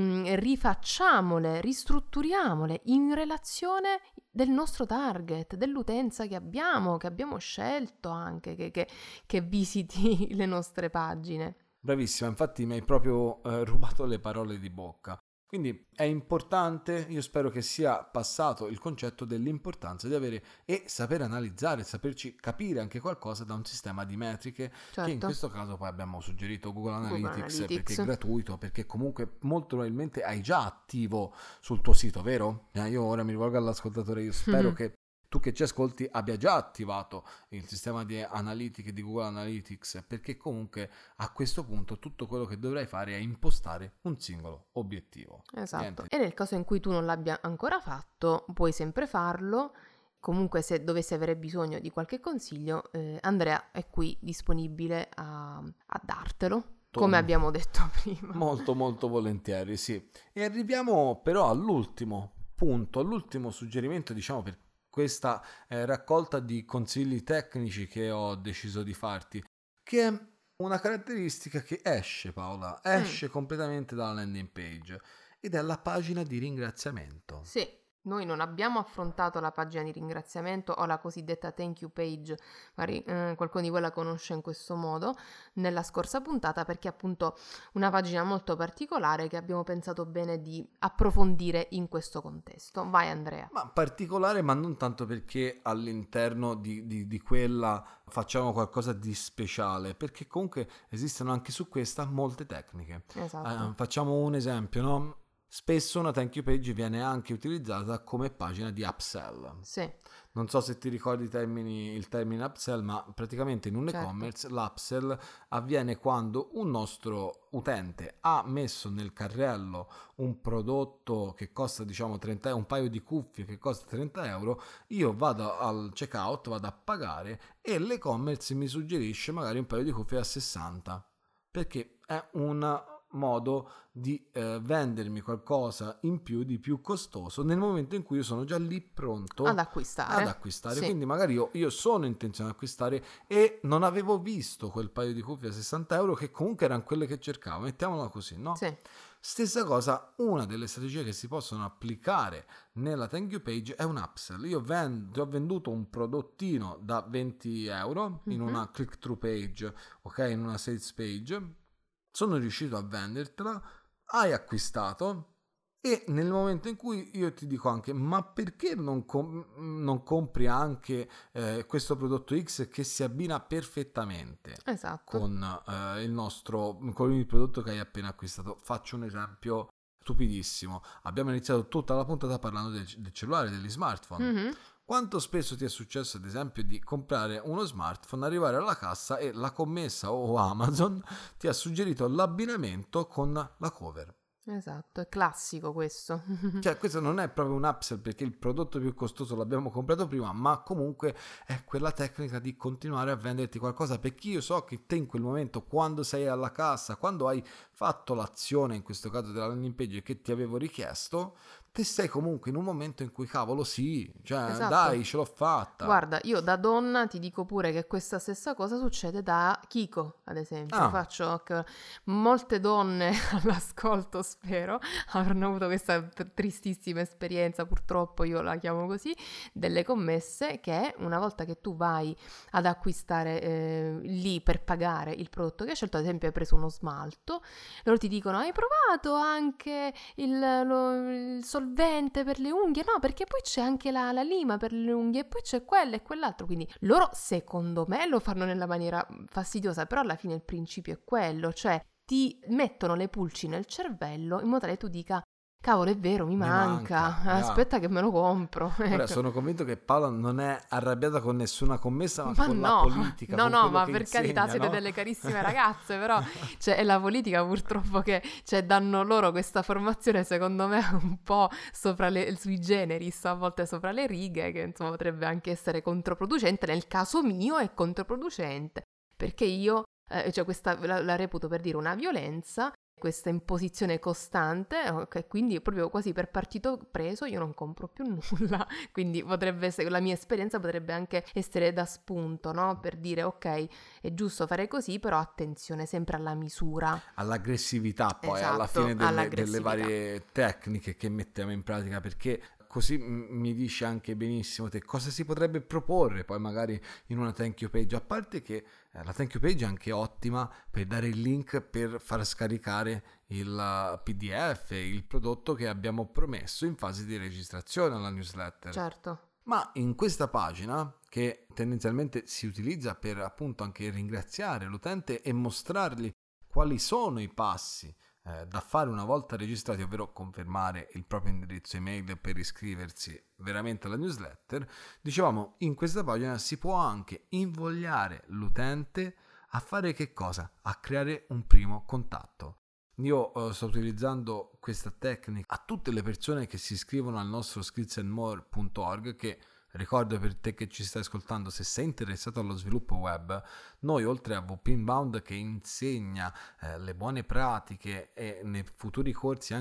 rifacciamole, ristrutturiamole in relazione del nostro target, dell'utenza che abbiamo scelto anche che visiti le nostre pagine. Bravissima, infatti mi hai proprio rubato le parole di bocca. Quindi è importante, io spero che sia passato il concetto dell'importanza di avere e saper analizzare, saperci capire anche qualcosa da un sistema di metriche, che in questo caso poi abbiamo suggerito Google Analytics, perché è gratuito, perché comunque molto probabilmente hai già attivo sul tuo sito, vero? Io ora mi rivolgo all'ascoltatore, io spero che tu che ci ascolti abbia già attivato il sistema di analitiche di Google Analytics, perché comunque a questo punto tutto quello che dovrai fare è impostare un singolo obiettivo. Esatto. Niente. E nel caso in cui tu non l'abbia ancora fatto, puoi sempre farlo. Comunque se dovessi avere bisogno di qualche consiglio, Andrea è qui disponibile a dartelo, come abbiamo detto prima. Molto molto volentieri, sì. E arriviamo però all'ultimo punto, l'ultimo suggerimento, diciamo, per questa raccolta di consigli tecnici che ho deciso di farti, che è una caratteristica che esce, Paola, esce completamente dalla landing page, ed è la pagina di ringraziamento. Sì. Noi non abbiamo affrontato la pagina di ringraziamento o la cosiddetta thank you page, magari qualcuno di voi la conosce in questo modo, nella scorsa puntata, perché è appunto una pagina molto particolare che abbiamo pensato bene di approfondire in questo contesto. Vai Andrea. Ma particolare, ma non tanto perché all'interno di quella facciamo qualcosa di speciale, perché comunque esistono anche su questa molte tecniche. Esatto. Facciamo un esempio, no? Spesso una thank you page viene anche utilizzata come pagina di upsell. Sì. Non so se ti ricordi il termine upsell, ma praticamente in un e-commerce l'upsell avviene quando un nostro utente ha messo nel carrello un prodotto che costa, diciamo, 30 euro, un paio di cuffie che costa 30 euro, io vado al checkout, vado a pagare e l'e-commerce mi suggerisce magari un paio di cuffie a 60, perché è un modo di vendermi qualcosa in più, di più costoso, nel momento in cui io sono già lì pronto ad acquistare. Sì. Quindi magari io sono intenzionato ad acquistare e non avevo visto quel paio di cuffie a 60 euro che comunque erano quelle che cercavo, mettiamola così, no? Sì. Stessa cosa, una delle strategie che si possono applicare nella thank you page è un upsell. Io ho venduto un prodottino da 20 euro in una click through page, ok, in una sales page, sono riuscito a vendertela, hai acquistato, e nel momento in cui io ti dico anche ma perché non compri anche questo prodotto X che si abbina perfettamente con il prodotto che hai appena acquistato. Faccio un esempio stupidissimo. Abbiamo iniziato tutta la puntata parlando del cellulare, degli smartphone. Quanto spesso ti è successo, ad esempio, di comprare uno smartphone, arrivare alla cassa e la commessa o Amazon ti ha suggerito l'abbinamento con la cover? Esatto, è classico questo. Cioè, questo non è proprio un upsell perché il prodotto più costoso l'abbiamo comprato prima, ma comunque è quella tecnica di continuare a venderti qualcosa, perché io so che te in quel momento, quando sei alla cassa, quando hai fatto l'azione, in questo caso della landing page che ti avevo richiesto, te sei comunque in un momento in cui cavolo sì, cioè dai, ce l'ho fatta. Guarda, io da donna ti dico pure che questa stessa cosa succede da Kiko, ad esempio. Faccio che molte donne all'ascolto, spero, avranno avuto questa tristissima esperienza, purtroppo io la chiamo così, delle commesse che una volta che tu vai ad acquistare lì per pagare il prodotto che hai scelto, ad esempio hai preso uno smalto, loro ti dicono hai provato anche il solvente per le unghie? No, perché poi c'è anche la lima per le unghie e poi c'è quello e quell'altro, quindi loro secondo me lo fanno nella maniera fastidiosa, però alla fine il principio è quello, cioè ti mettono le pulci nel cervello in modo tale che tu dica cavolo, è vero, mi manca. Aspetta che me lo compro. Ora, sono convinto che Paola non è arrabbiata con nessuna commessa, ma con la politica. No, ma per carità, siete delle carissime ragazze, però è la politica purtroppo che danno loro questa formazione, secondo me, un po' sui generis, a volte sopra le righe, che insomma potrebbe anche essere controproducente. Nel caso mio è controproducente, perché io, questa la reputo, per dire, una violenza, questa imposizione costante, quindi proprio quasi per partito preso io non compro più nulla, quindi potrebbe essere, la mia esperienza potrebbe anche essere da spunto, no? Per dire ok, è giusto fare così, però attenzione sempre alla misura. All'aggressività poi, alla fine delle varie tecniche che mettiamo in pratica, perché così mi dici anche benissimo te cosa si potrebbe proporre poi magari in una thank you page, a parte che la thank you page è anche ottima per dare il link per far scaricare il PDF, il prodotto che abbiamo promesso in fase di registrazione alla newsletter. Certo. Ma in questa pagina, che tendenzialmente si utilizza per appunto anche ringraziare l'utente e mostrargli quali sono i passi da fare una volta registrati, ovvero confermare il proprio indirizzo email per iscriversi veramente alla newsletter, dicevamo, in questa pagina si può anche invogliare l'utente a fare che cosa? A creare un primo contatto. Io sto utilizzando questa tecnica a tutte le persone che si iscrivono al nostro skillsandmore.org, che ricordo per te che ci stai ascoltando, se sei interessato allo sviluppo web, noi oltre a WP Inbound che insegna le buone pratiche e nei futuri corsi anche a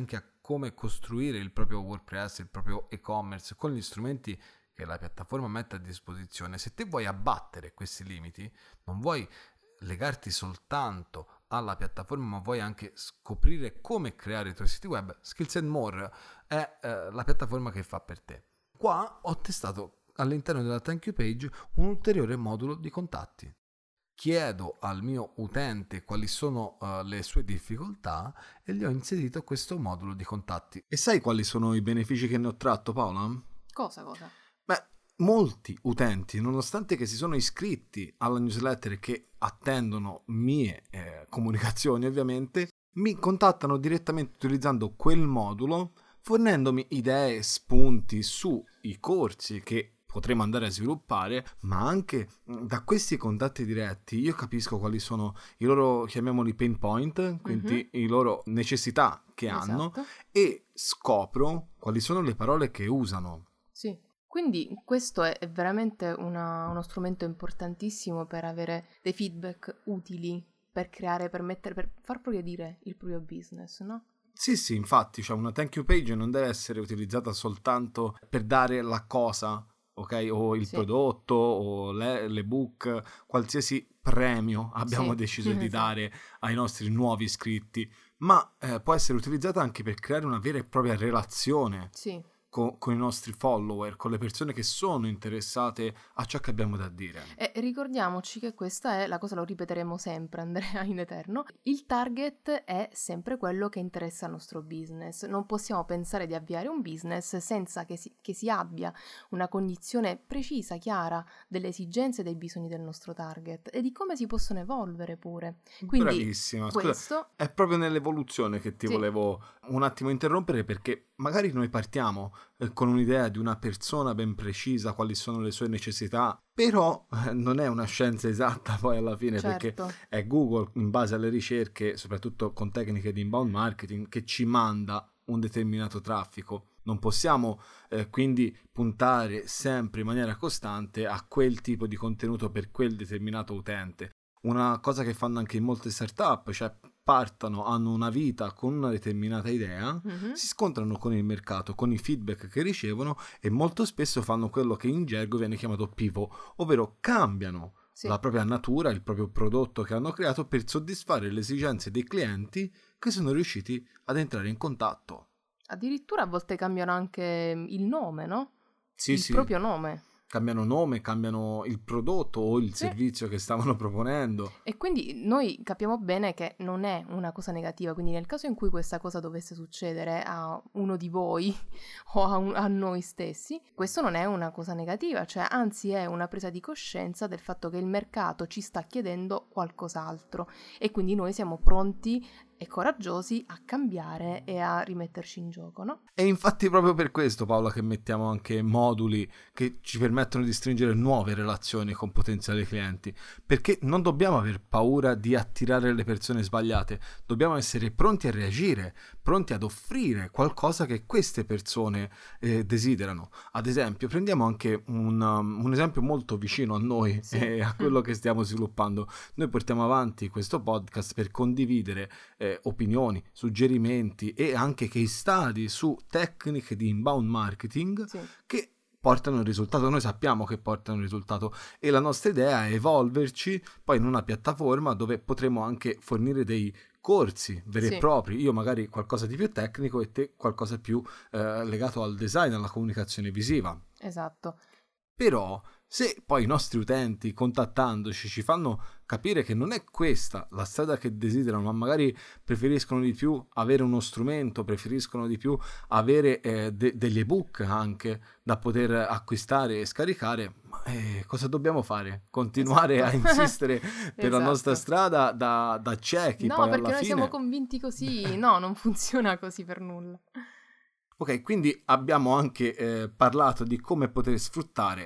come costruire il proprio WordPress, il proprio e-commerce con gli strumenti che la piattaforma mette a disposizione, se te vuoi abbattere questi limiti, non vuoi legarti soltanto alla piattaforma, ma vuoi anche scoprire come creare i tuoi siti web, Skills and More è la piattaforma che fa per te. Qua ho testato all'interno della thank you page un ulteriore modulo di contatti. Chiedo al mio utente quali sono le sue difficoltà e gli ho inserito questo modulo di contatti. E sai quali sono i benefici che ne ho tratto, Paola? Cosa? Beh, molti utenti, nonostante che si sono iscritti alla newsletter e che attendono mie comunicazioni ovviamente, mi contattano direttamente utilizzando quel modulo, fornendomi idee, spunti sui corsi che potremo andare a sviluppare, ma anche da questi contatti diretti io capisco quali sono i loro, chiamiamoli pain point, quindi i loro necessità che hanno, e scopro quali sono le parole che usano. Sì, quindi questo è veramente uno strumento importantissimo per avere dei feedback utili, per creare, per far progredire il proprio business, no? Sì, infatti, cioè una thank you page non deve essere utilizzata soltanto per dare la cosa, ok? O il prodotto, o l'ebook, qualsiasi premio abbiamo deciso di dare ai nostri nuovi iscritti, ma può essere utilizzata anche per creare una vera e propria relazione con i nostri follower, con le persone che sono interessate a ciò che abbiamo da dire. E ricordiamoci che questa è la cosa, lo ripeteremo sempre, Andrea, in eterno. Il target è sempre quello che interessa al nostro business. Non possiamo pensare di avviare un business senza che si abbia una cognizione precisa, chiara delle esigenze e dei bisogni del nostro target e di come si possono evolvere pure. Quindi, bravissima, scusa, è proprio nell'evoluzione che ti volevo un attimo interrompere, perché magari noi partiamo con un'idea di una persona ben precisa, quali sono le sue necessità, però non è una scienza esatta poi alla fine, perché è Google, in base alle ricerche, soprattutto con tecniche di inbound marketing, che ci manda un determinato traffico. Non possiamo quindi puntare sempre in maniera costante a quel tipo di contenuto per quel determinato utente. Una cosa che fanno anche in molte startup, cioè partono, hanno una vita con una determinata idea, si scontrano con il mercato, con i feedback che ricevono, e molto spesso fanno quello che in gergo viene chiamato pivot, ovvero cambiano la propria natura, il proprio prodotto che hanno creato per soddisfare le esigenze dei clienti che sono riusciti ad entrare in contatto. Addirittura a volte cambiano anche il nome, no? Il proprio nome. Cambiano nome, cambiano il prodotto o il servizio che stavano proponendo. E quindi noi capiamo bene che non è una cosa negativa, quindi nel caso in cui questa cosa dovesse succedere a uno di voi o a noi stessi, questo non è una cosa negativa, cioè anzi è una presa di coscienza del fatto che il mercato ci sta chiedendo qualcos'altro e quindi noi siamo pronti e coraggiosi a cambiare e a rimetterci in gioco, no? E infatti proprio per questo, Paola, che mettiamo anche moduli che ci permettono di stringere nuove relazioni con potenziali clienti, perché non dobbiamo aver paura di attirare le persone sbagliate, dobbiamo essere pronti a reagire, pronti ad offrire qualcosa che queste persone desiderano. Ad esempio, prendiamo anche un esempio molto vicino a noi e a quello che stiamo sviluppando. Noi portiamo avanti questo podcast per condividere opinioni, suggerimenti e anche case study su tecniche di inbound marketing che portano il risultato. Noi sappiamo che portano il risultato e la nostra idea è evolverci poi in una piattaforma dove potremo anche fornire dei corsi veri e propri, io magari qualcosa di più tecnico e te qualcosa più legato al design, alla comunicazione visiva. Esatto. Però se poi i nostri utenti contattandoci ci fanno capire che non è questa la strada che desiderano, ma magari preferiscono di più avere uno strumento, preferiscono di più avere degli ebook anche da poter acquistare e scaricare, cosa dobbiamo fare? Continuare a insistere per la nostra strada da ciechi? No, poi perché alla noi fine... siamo convinti così, no, non funziona così per nulla. Ok, quindi abbiamo anche parlato di come poter sfruttare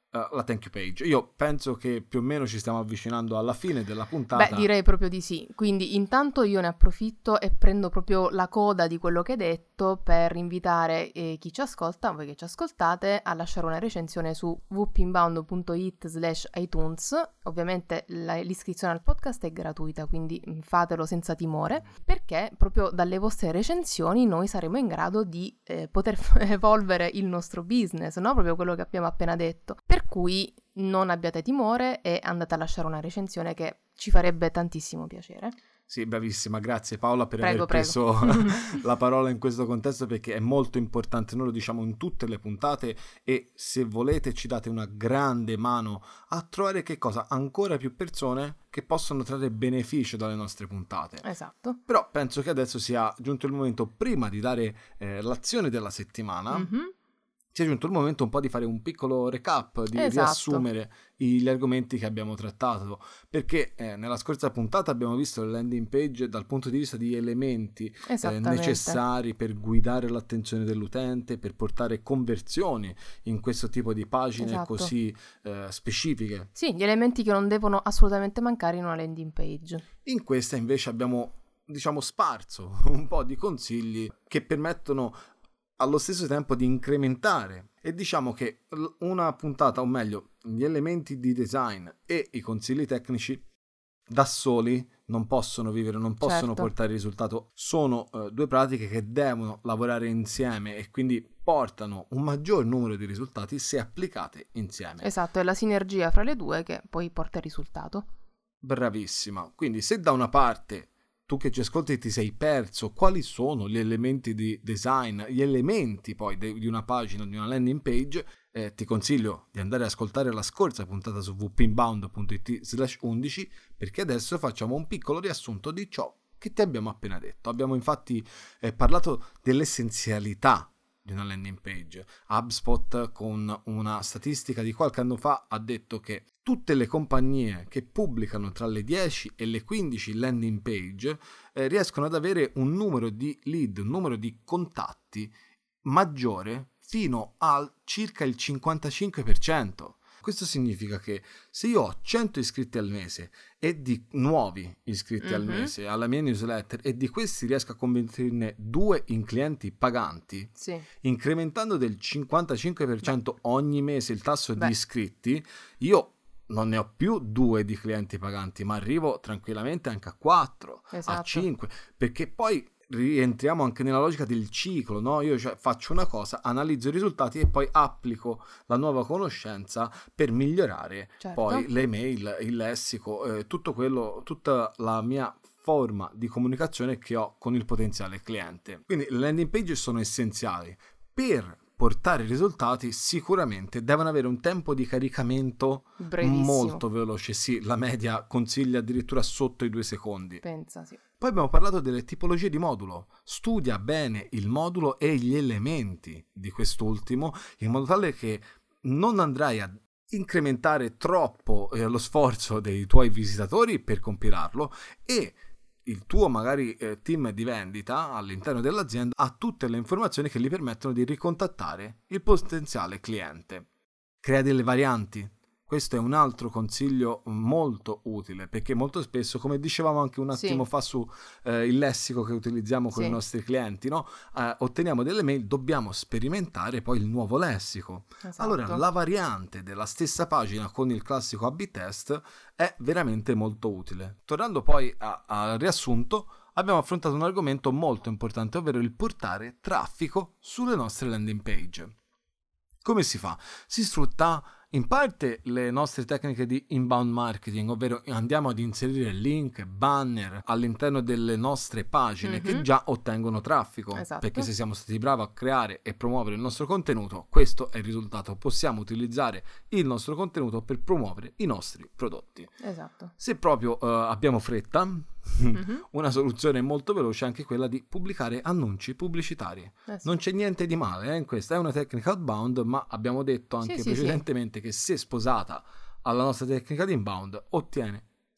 la thank you page. Io penso che più o meno ci stiamo avvicinando alla fine della puntata. Beh, direi proprio di sì. Quindi intanto io ne approfitto e prendo proprio la coda di quello che hai detto per invitare chi ci ascolta, voi che ci ascoltate, a lasciare una recensione su whoopinbound.it/iTunes. Ovviamente l'iscrizione al podcast è gratuita, quindi fatelo senza timore, perché proprio dalle vostre recensioni noi saremo in grado di poter evolvere il nostro business, no? Proprio quello che abbiamo appena detto. Per cui non abbiate timore e andate a lasciare una recensione che ci farebbe tantissimo piacere. Sì, bravissima, grazie Paola per Prego, aver preso la parola in questo contesto, perché è molto importante, noi lo diciamo in tutte le puntate, e se volete ci date una grande mano a trovare che cosa? Ancora più persone che possono trarre beneficio dalle nostre puntate. Esatto. Però penso che adesso sia giunto il momento, prima di dare l'azione della settimana, sia giunto il momento un po' di fare un piccolo recap, di riassumere gli argomenti che abbiamo trattato, perché nella scorsa puntata abbiamo visto le landing page dal punto di vista di elementi necessari per guidare l'attenzione dell'utente, per portare conversioni in questo tipo di pagine così specifiche. Sì, gli elementi che non devono assolutamente mancare in una landing page. In questa invece abbiamo, sparso un po' di consigli che permettono allo stesso tempo di incrementare, e diciamo che una puntata, o meglio gli elementi di design e i consigli tecnici da soli non possono vivere, non possono portare risultato. Sono due pratiche che devono lavorare insieme e quindi portano un maggior numero di risultati se applicate insieme. Esatto, è la sinergia fra le due che poi porta il risultato. Bravissima. Quindi se da una parte tu che ci ascolti ti sei perso quali sono gli elementi di design, gli elementi poi di una pagina, di una landing page, ti consiglio di andare ad ascoltare la scorsa puntata su whoopinbound.it/11, perché adesso facciamo un piccolo riassunto di ciò che ti abbiamo appena detto. Abbiamo infatti parlato dell'essenzialità di una landing page. HubSpot, con una statistica di qualche anno fa, ha detto che tutte le compagnie che pubblicano tra le 10 e le 15 landing page riescono ad avere un numero di lead, un numero di contatti maggiore fino a circa il 55%. Questo significa che se io ho 100 iscritti al mese e di nuovi iscritti al mese alla mia newsletter, e di questi riesco a convertirne 2 in clienti paganti, incrementando del 55% ogni mese il tasso di iscritti, io non ne ho più 2 di clienti paganti, ma arrivo tranquillamente anche a 4, a 5, perché poi rientriamo anche nella logica del ciclo, no? Io faccio una cosa, analizzo i risultati e poi applico la nuova conoscenza per migliorare poi le mail, il lessico, tutto quello, tutta la mia forma di comunicazione che ho con il potenziale cliente. Quindi le landing page sono essenziali per portare risultati. Sicuramente devono avere un tempo di caricamento molto veloce, sì, la media consiglia addirittura sotto i 2 secondi. Pensa, sì. Poi abbiamo parlato delle tipologie di modulo. Studia bene il modulo e gli elementi di quest'ultimo, in modo tale che non andrai a incrementare troppo lo sforzo dei tuoi visitatori per compilarlo, e il tuo magari team di vendita all'interno dell'azienda ha tutte le informazioni che gli permettono di ricontattare il potenziale cliente. Crea delle varianti. Questo è un altro consiglio molto utile, perché molto spesso, come dicevamo anche un attimo fa su il lessico che utilizziamo con i nostri clienti, no? Otteniamo delle mail, dobbiamo sperimentare poi il nuovo lessico. Allora la variante della stessa pagina con il classico A/B test è veramente molto utile. Tornando poi al riassunto, abbiamo affrontato un argomento molto importante, ovvero il portare traffico sulle nostre landing page. Come si fa? Si sfrutta in parte le nostre tecniche di inbound marketing, ovvero andiamo ad inserire link, banner all'interno delle nostre pagine che già ottengono traffico, perché se siamo stati bravi a creare e promuovere il nostro contenuto, questo è il risultato. Possiamo utilizzare il nostro contenuto per promuovere i nostri prodotti. Se proprio abbiamo fretta, una soluzione molto veloce è anche quella di pubblicare annunci pubblicitari. Non c'è niente di male in questa, è una tecnica outbound, ma abbiamo detto anche precedentemente che se sposata alla nostra tecnica di inbound ottiene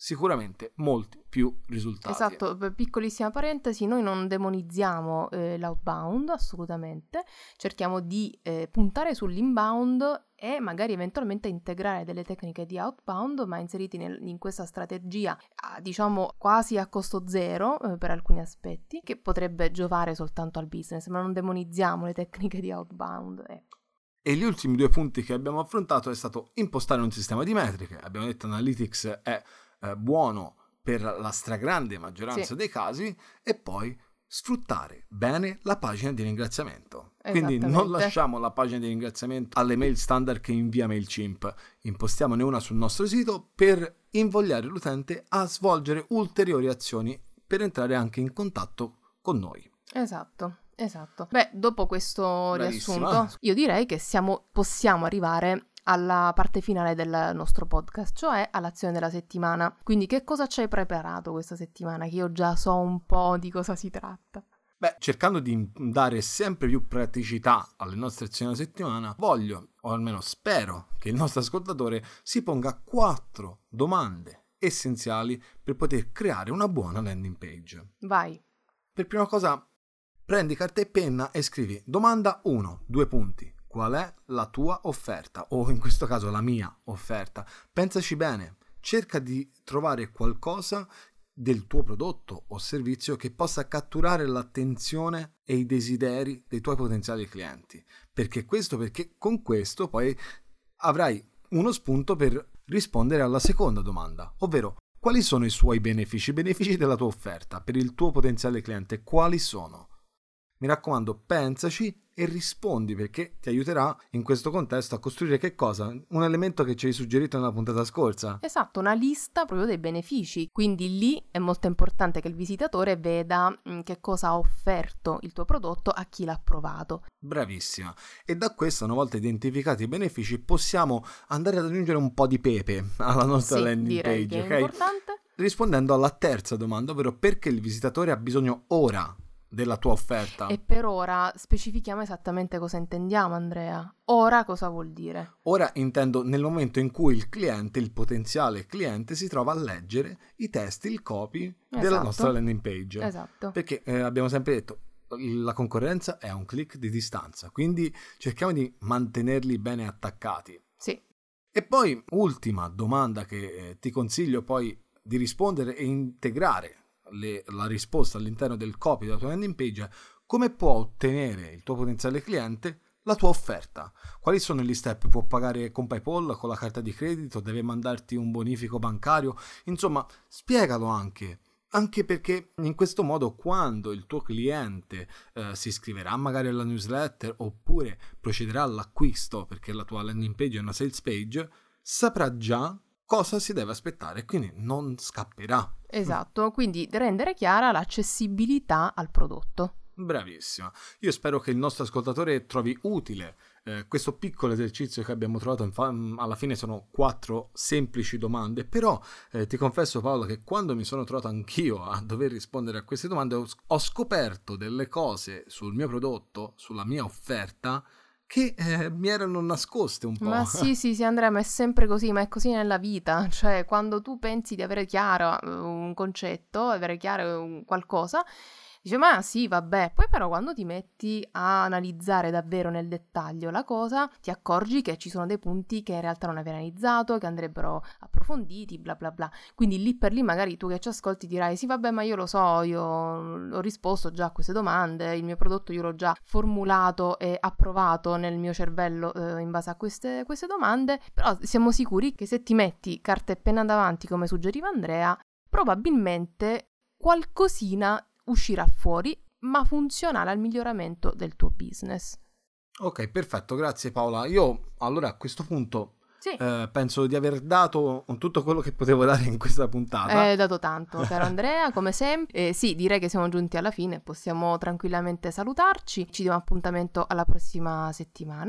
sicuramente molti più risultati. Esatto, piccolissima parentesi, noi non demonizziamo l'outbound assolutamente, cerchiamo di puntare sull'inbound e magari eventualmente integrare delle tecniche di outbound, ma inseriti in questa strategia, diciamo quasi a costo zero per alcuni aspetti, che potrebbe giovare soltanto al business, ma non demonizziamo le tecniche di outbound, ecco. E gli ultimi 2 punti che abbiamo affrontato è stato impostare un sistema di metriche. Abbiamo detto Analytics è buono per la stragrande maggioranza dei casi, e poi sfruttare bene la pagina di ringraziamento. Quindi non lasciamo la pagina di ringraziamento alle mail standard che invia MailChimp, impostiamone una sul nostro sito per invogliare l'utente a svolgere ulteriori azioni per entrare anche in contatto con noi. Esatto. Beh, dopo questo riassunto, io direi che possiamo arrivare alla parte finale del nostro podcast, cioè all'azione della settimana. Quindi che cosa ci hai preparato questa settimana? Che io già so un po' di cosa si tratta. Beh, cercando di dare sempre più praticità alle nostre azioni della settimana, voglio, o almeno spero, che il nostro ascoltatore si ponga 4 domande essenziali per poter creare una buona landing page. Vai. Per prima cosa, prendi carta e penna e scrivi domanda 1, 2 punti. Qual è la tua offerta? O in questo caso la mia offerta. Pensaci bene, cerca di trovare qualcosa del tuo prodotto o servizio che possa catturare l'attenzione e i desideri dei tuoi potenziali clienti. Perché con questo poi avrai uno spunto per rispondere alla seconda domanda, ovvero quali sono i suoi benefici? I benefici della tua offerta per il tuo potenziale cliente, quali sono? Mi raccomando, pensaci e rispondi, perché ti aiuterà in questo contesto a costruire che cosa? Un elemento che ci hai suggerito nella puntata scorsa. Esatto, una lista proprio dei benefici. Quindi lì è molto importante che il visitatore veda che cosa ha offerto il tuo prodotto a chi l'ha provato. Bravissima. E da questo, una volta identificati i benefici, possiamo andare ad aggiungere un po' di pepe alla nostra landing page. Che è importante. Rispondendo alla terza domanda, ovvero perché il visitatore ha bisogno ora della tua offerta. E per ora specifichiamo esattamente cosa intendiamo, Andrea. Ora cosa vuol dire? Ora intendo nel momento in cui il potenziale cliente si trova a leggere i testi, il copy della nostra landing page. Esatto. Perché abbiamo sempre detto, la concorrenza è a un click di distanza, quindi cerchiamo di mantenerli bene attaccati. Sì. E poi, ultima domanda che ti consiglio poi di rispondere e integrare la risposta all'interno del copy della tua landing page: come può ottenere il tuo potenziale cliente la tua offerta? Quali sono gli step? Può pagare con PayPal, con la carta di credito, deve mandarti un bonifico bancario? Insomma, spiegalo anche perché in questo modo, quando il tuo cliente si iscriverà magari alla newsletter oppure procederà all'acquisto, perché la tua landing page è una sales page, saprà già cosa si deve aspettare, quindi non scapperà. Esatto, quindi rendere chiara l'accessibilità al prodotto. Bravissima. Io spero che il nostro ascoltatore trovi utile questo piccolo esercizio che abbiamo trovato. Alla fine sono 4 semplici domande, però ti confesso, Paola, che quando mi sono trovato anch'io a dover rispondere a queste domande ho scoperto delle cose sul mio prodotto, sulla mia offerta, che mi erano nascoste un po'. Ma sì Andrea, ma è sempre così, ma è così nella vita. Cioè, quando tu pensi di avere chiaro un concetto, avere chiaro qualcosa, dice ma sì, vabbè. Poi però quando ti metti a analizzare davvero nel dettaglio la cosa, ti accorgi che ci sono dei punti che in realtà non avevi analizzato, che andrebbero approfonditi, bla bla bla. Quindi lì per lì magari tu che ci ascolti dirai sì vabbè, ma io lo so, io ho risposto già a queste domande, il mio prodotto io l'ho già formulato e approvato nel mio cervello in base a queste domande. Però siamo sicuri che se ti metti carta e penna davanti, come suggeriva Andrea, probabilmente qualcosina uscirà fuori, ma funzionale al miglioramento del tuo business. Ok, perfetto, grazie Paola. Io allora a questo punto sì. Penso di aver dato tutto quello che potevo dare in questa puntata. Hai dato tanto, caro Andrea, come sempre. Sì, direi che siamo giunti alla fine, possiamo tranquillamente salutarci. Ci diamo appuntamento alla prossima settimana.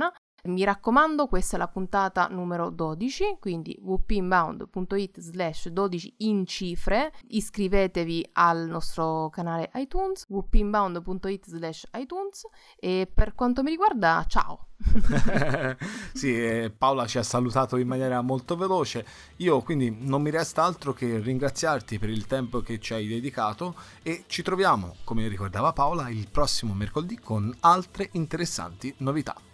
Mi raccomando, questa è la puntata numero 12, quindi whoopinbound.it/12 in cifre. Iscrivetevi al nostro canale iTunes, whoopinbound.it/iTunes, e per quanto mi riguarda, ciao! Sì, Paola ci ha salutato in maniera molto veloce. Io quindi non mi resta altro che ringraziarti per il tempo che ci hai dedicato, e ci troviamo, come ricordava Paola, il prossimo mercoledì con altre interessanti novità.